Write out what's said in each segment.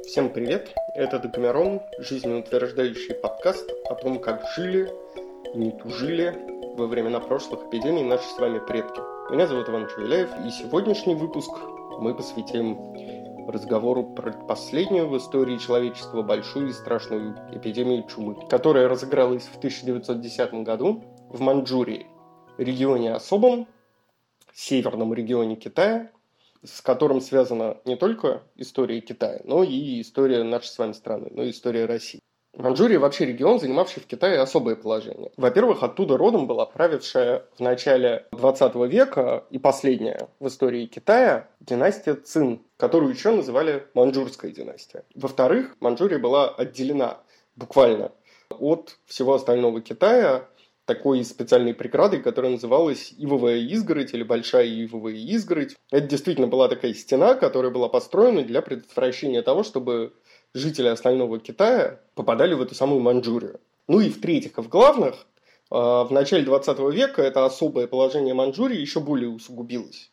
Всем привет, это Декамерон, жизнеутверждающий подкаст о том, как жили и не тужили во времена прошлых эпидемий наши с вами предки. Меня зовут Иван Чуеляев, и сегодняшний выпуск мы посвятим разговору про последнюю в истории человечества большую и страшную эпидемию чумы, которая разыгралась в 1910 году в Маньчжурии, регионе особом, северном регионе Китая, с которым связана не только история Китая, но и история нашей с вами страны, но и история России. Маньчжурия вообще регион, занимавший в Китае особое положение. Во-первых, оттуда родом была правившая в начале 20 века и последняя в истории Китая династия Цин, которую еще называли Маньчжурская династия. Во-вторых, Маньчжурия была отделена буквально от всего остального Китая такой специальной преградой, которая называлась Ивовая изгородь или Большая Ивовая изгородь. Это действительно была такая стена, которая была построена для предотвращения того, чтобы жители остального Китая попадали в эту самую Маньчжурию. Ну и в-третьих, и в-главных, в начале 20 века это особое положение Маньчжурии еще более усугубилось.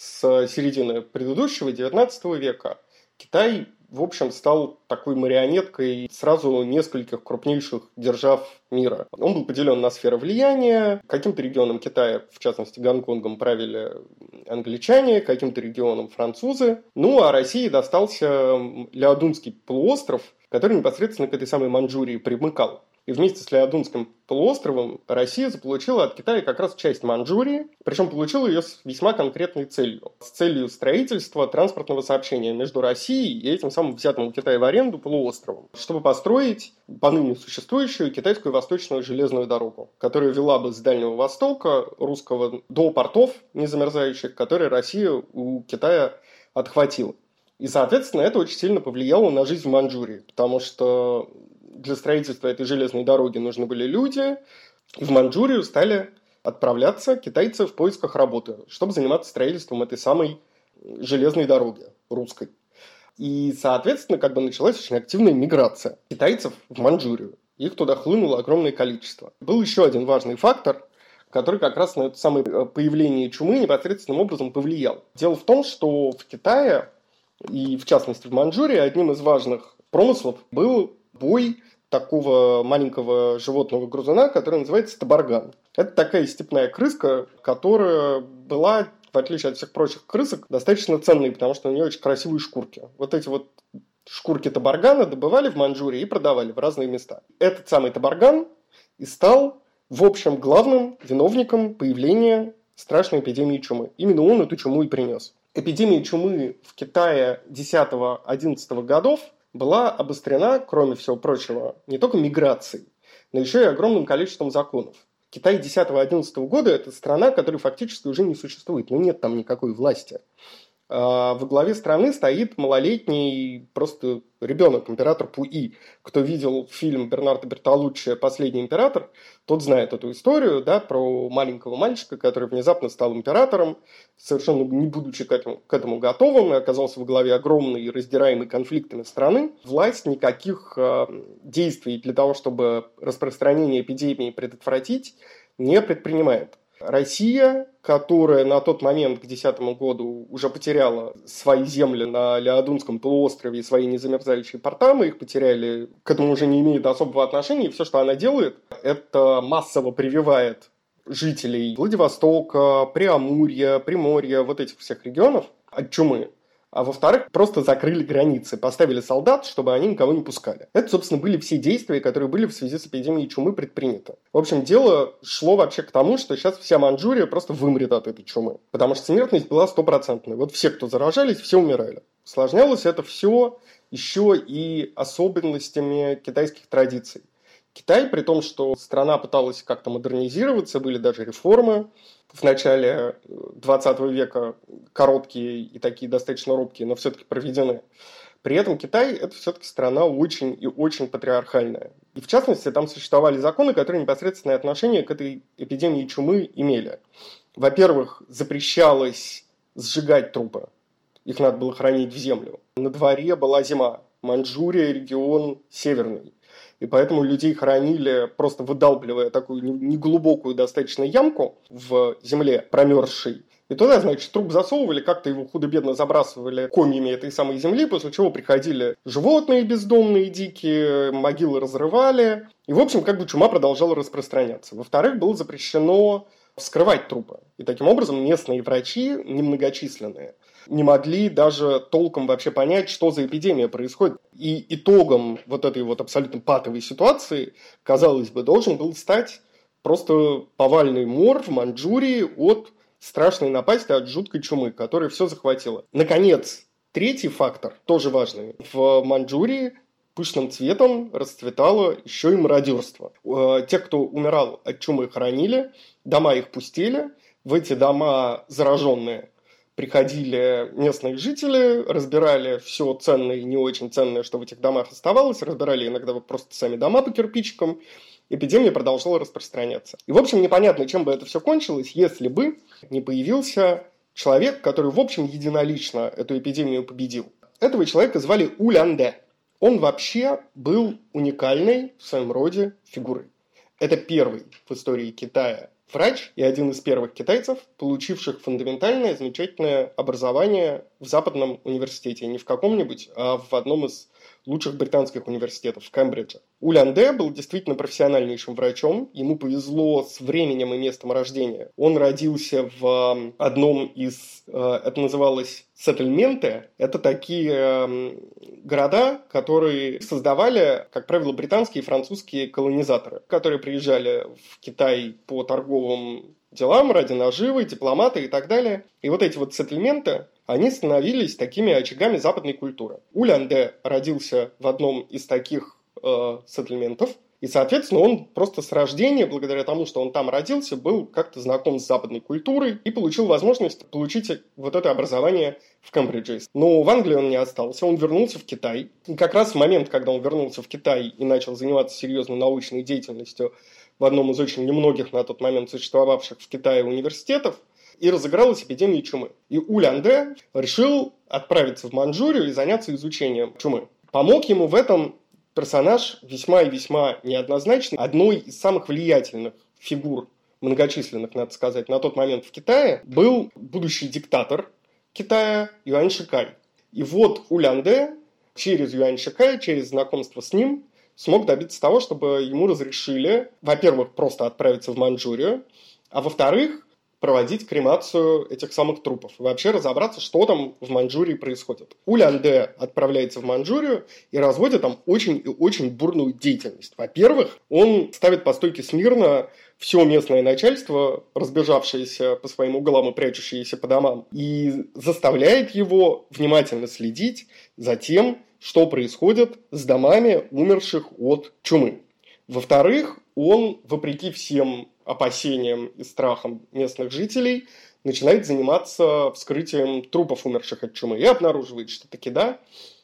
С середины предыдущего 19 века Китай, в общем, стал такой марионеткой сразу нескольких крупнейших держав мира. Он был поделен на сферы влияния. Каким-то регионом Китая, в частности Гонконгом, правили англичане, каким-то регионом французы. Ну, а России достался Леодунский полуостров, который непосредственно к этой самой Маньчжурии примыкал. И вместе с Леодунским полуостровом Россия заполучила от Китая как раз часть Маньчжурии, причем получила ее с весьма конкретной целью. С целью строительства транспортного сообщения между Россией и этим самым взятым у Китая в аренду полуостровом, чтобы построить поныне существующую китайскую восточную железную дорогу, которая вела бы с Дальнего Востока русского до портов незамерзающих, которые Россия у Китая отхватила. И, соответственно, это очень сильно повлияло на жизнь в Маньчжурии, потому что для строительства этой железной дороги нужны были люди, и в Маньчжурию стали отправляться китайцы в поисках работы, чтобы заниматься строительством этой самой железной дороги русской. И, соответственно, началась очень активная миграция китайцев в Маньчжурию. Их туда хлынуло огромное количество. Был еще один важный фактор, который как раз на это самое появление чумы непосредственным образом повлиял. Дело в том, что в Китае, и в частности в Маньчжурии, одним из важных промыслов был бой такого маленького животного грызуна, который называется табарган. Это такая степная крыска, которая была, в отличие от всех прочих крысок, достаточно ценной, потому что у нее очень красивые шкурки. Вот эти вот шкурки табаргана добывали в Маньчжурии и продавали в разные места. Этот самый табарган и стал, в общем, главным виновником появления страшной эпидемии чумы. Именно он эту чуму и принес. Эпидемия чумы в Китае 10-11 годов была обострена, кроме всего прочего, не только миграцией, но еще и огромным количеством законов. Китай 10-11 года – это страна, которая фактически уже не существует, но нет там никакой власти. Во главе страны стоит малолетний просто ребенок, император Пуи. Кто видел фильм Бернардо Бертолуччи «Последний император», тот знает эту историю, да, про маленького мальчика, который внезапно стал императором, совершенно не будучи к этому готовым, и оказался во главе огромной и раздираемой конфликтами страны. Власть никаких действий для того, чтобы распространение эпидемии предотвратить, не предпринимает. Россия, которая на тот момент, к 2010 году, уже потеряла свои земли на Леодунском полуострове и свои незамерзающие порта, мы их потеряли, к этому уже не имеет особого отношения, и все, что она делает, это массово прививает жителей Владивостока, Преамурья, Приморья, вот этих всех регионов от чумы. А во-вторых, просто закрыли границы, поставили солдат, чтобы они никого не пускали. Это, собственно, были все действия, которые были в связи с эпидемией чумы предприняты. В общем, дело шло вообще к тому, что сейчас вся Маньчжурия просто вымрет от этой чумы. Потому что смертность была 100%. Вот все, кто заражались, все умирали. Усложнялось это все еще и особенностями китайских традиций. Китай, при том, что страна пыталась как-то модернизироваться, были даже реформы в начале 20 века, короткие и такие достаточно робкие, но все-таки проведены. При этом Китай – это все-таки страна очень и очень патриархальная. И в частности, там существовали законы, которые непосредственное отношение к этой эпидемии чумы имели. Во-первых, запрещалось сжигать трупы. Их надо было хранить в землю. На дворе была зима. Маньчжурия – регион северный. И поэтому людей хоронили, просто выдалбливая такую неглубокую достаточно ямку в земле промерзшей. И туда, значит, труп засовывали, как-то его худо-бедно забрасывали комьями этой самой земли, после чего приходили животные бездомные, дикие, могилы разрывали. И, в общем, как бы чума продолжала распространяться. Во-вторых, было запрещено вскрывать трупы. И таким образом местные врачи, немногочисленные, не могли даже толком вообще понять, что за эпидемия происходит. И итогом вот этой вот абсолютно патовой ситуации, казалось бы, должен был стать просто повальный мор в Маньчжурии от страшной напасти, от жуткой чумы, которая все захватила. Наконец, третий фактор, тоже важный. В Маньчжурии пышным цветом расцветало еще и мародерство. Тех, кто умирал от чумы, хоронили, дома их пустели. В эти дома зараженные приходили местные жители, разбирали все ценное и не очень ценное, что в этих домах оставалось, разбирали иногда просто сами дома по кирпичикам. Эпидемия продолжала распространяться. И, в общем, непонятно, чем бы это все кончилось, если бы не появился человек, который, в общем, единолично эту эпидемию победил. Этого человека звали Улянде. Он вообще был уникальной в своем роде фигурой. Это первый в истории Китая врач и один из первых китайцев, получивших фундаментальное, замечательное образование в Западном университете. Не в каком-нибудь, а в одном из лучших британских университетов в Кембридже. Улянде был действительно профессиональнейшим врачом. Ему повезло с временем и местом рождения. Он родился в одном из, это называлось сеттельменты. Это такие города, которые создавали, как правило, британские и французские колонизаторы, которые приезжали в Китай по торговым делам, ради наживы, дипломаты и так далее. И вот эти вот сеттельменты, они становились такими очагами западной культуры. Улянде родился в одном из таких сеттельментов, и, соответственно, он просто с рождения, благодаря тому, что он там родился, был как-то знаком с западной культурой и получил возможность получить вот это образование в Кембридже. Но в Англии он не остался, он вернулся в Китай. И как раз в момент, когда он вернулся в Китай и начал заниматься серьезной научной деятельностью в одном из очень немногих на тот момент существовавших в Китае университетов, и разыгралась эпидемия чумы. И Улянде решил отправиться в Маньчжурию и заняться изучением чумы. Помог ему в этом персонаж весьма и весьма неоднозначный. Одной из самых влиятельных фигур, многочисленных, надо сказать, на тот момент в Китае, был будущий диктатор Китая Юань Шикай. И вот Улянде через Юань Шикая, через знакомство с ним, смог добиться того, чтобы ему разрешили, во-первых, просто отправиться в Маньчжурию, а во-вторых, проводить кремацию этих самых трупов. И вообще разобраться, что там в Маньчжурии происходит. Улянде отправляется в Маньчжурию и разводит там очень и очень бурную деятельность. Во-первых, он ставит по стойке смирно все местное начальство, разбежавшееся по своим углам и прячущееся по домам, и заставляет его внимательно следить за тем, что происходит с домами умерших от чумы. Во-вторых, он, вопреки всем опасениям и страхам местных жителей, начинает заниматься вскрытием трупов умерших от чумы и обнаруживает, что таки да,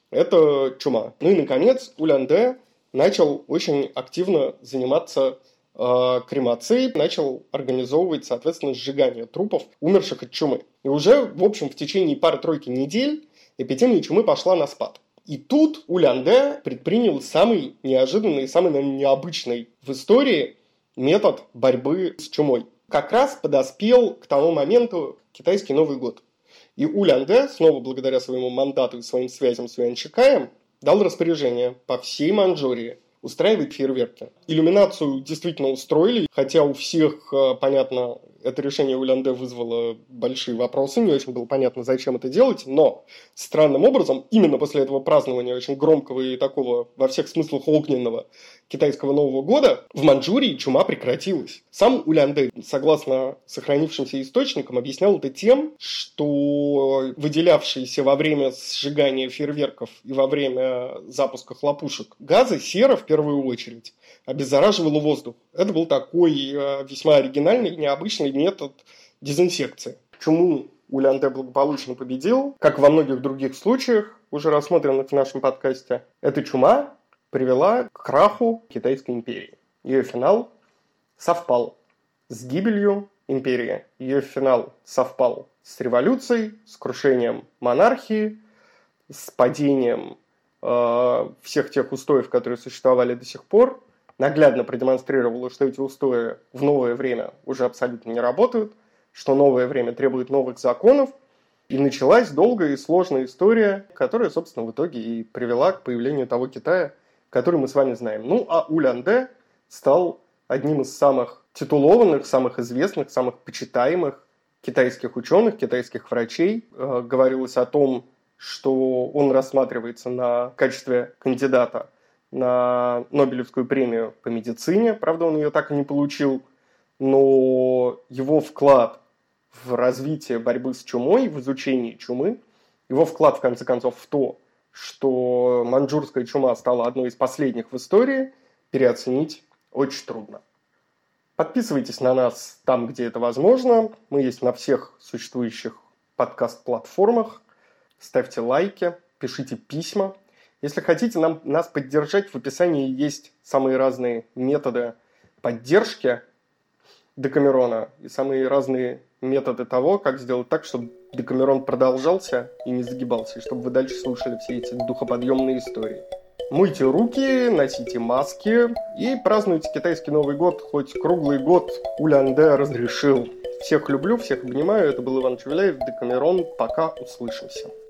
это чума. Ну и, наконец, Улянде начал очень активно заниматься кремацией, начал организовывать, соответственно, сжигание трупов умерших от чумы. И уже, в общем, в течение пары-тройки недель эпидемия чумы пошла на спад. И тут Улянде предпринял самый неожиданный и самый, наверное, необычный в истории метод борьбы с чумой. Как раз подоспел к тому моменту китайский Новый год. И Улянде, снова благодаря своему мандату и своим связям с Юань Шикаем, дал распоряжение по всей Маньчжурии устраивать фейерверки. Иллюминацию действительно устроили, хотя у всех, понятно, это решение Улянде вызвало большие вопросы, не очень было понятно, зачем это делать, но странным образом, именно после этого празднования очень громкого и такого во всех смыслах огненного китайского Нового года, в Маньчжурии чума прекратилась. Сам Улянде, согласно сохранившимся источникам, объяснял это тем, что выделявшиеся во время сжигания фейерверков и во время запуска хлопушек газы, сера в первую очередь, обеззараживало воздух. Это был такой весьма оригинальный, необычный метод дезинсекции. Чуму Улянде благополучно победил, как во многих других случаях, уже рассмотренных в нашем подкасте. Эта чума привела к краху Китайской империи. Ее финал совпал с гибелью империи. Ее финал совпал с революцией, с крушением монархии, с падением всех тех устоев, которые существовали до сих пор. Наглядно продемонстрировало, что эти устои в новое время уже абсолютно не работают. что новое время требует новых законов, и началась долгая и сложная история, которая, собственно, в итоге и привела к появлению того Китая, который мы с вами знаем. Ну, а Улян-Дэ стал одним из самых титулованных, самых известных, самых почитаемых китайских ученых, китайских врачей. Говорилось о том, что он рассматривается в качестве кандидата на Нобелевскую премию по медицине. Правда, он ее так и не получил, но его вклад в развитие борьбы с чумой, в изучении чумы, его вклад, в конце концов, в то, что маньчжурская чума стала одной из последних в истории, переоценить очень трудно. Подписывайтесь на нас там, где это возможно. Мы есть на всех существующих подкаст-платформах. Ставьте лайки, пишите письма. Если хотите нас поддержать, в описании есть самые разные методы поддержки Декамерона и самые разные методы того, как сделать так, чтобы Декамерон продолжался и не загибался, и чтобы вы дальше слушали все эти духоподъемные истории. Мойте руки, носите маски и празднуйте китайский Новый год хоть круглый год. Улян-Дэ разрешил. Всех люблю, всех обнимаю. Это был Иван Чувеляев, Декамерон. Пока, услышимся.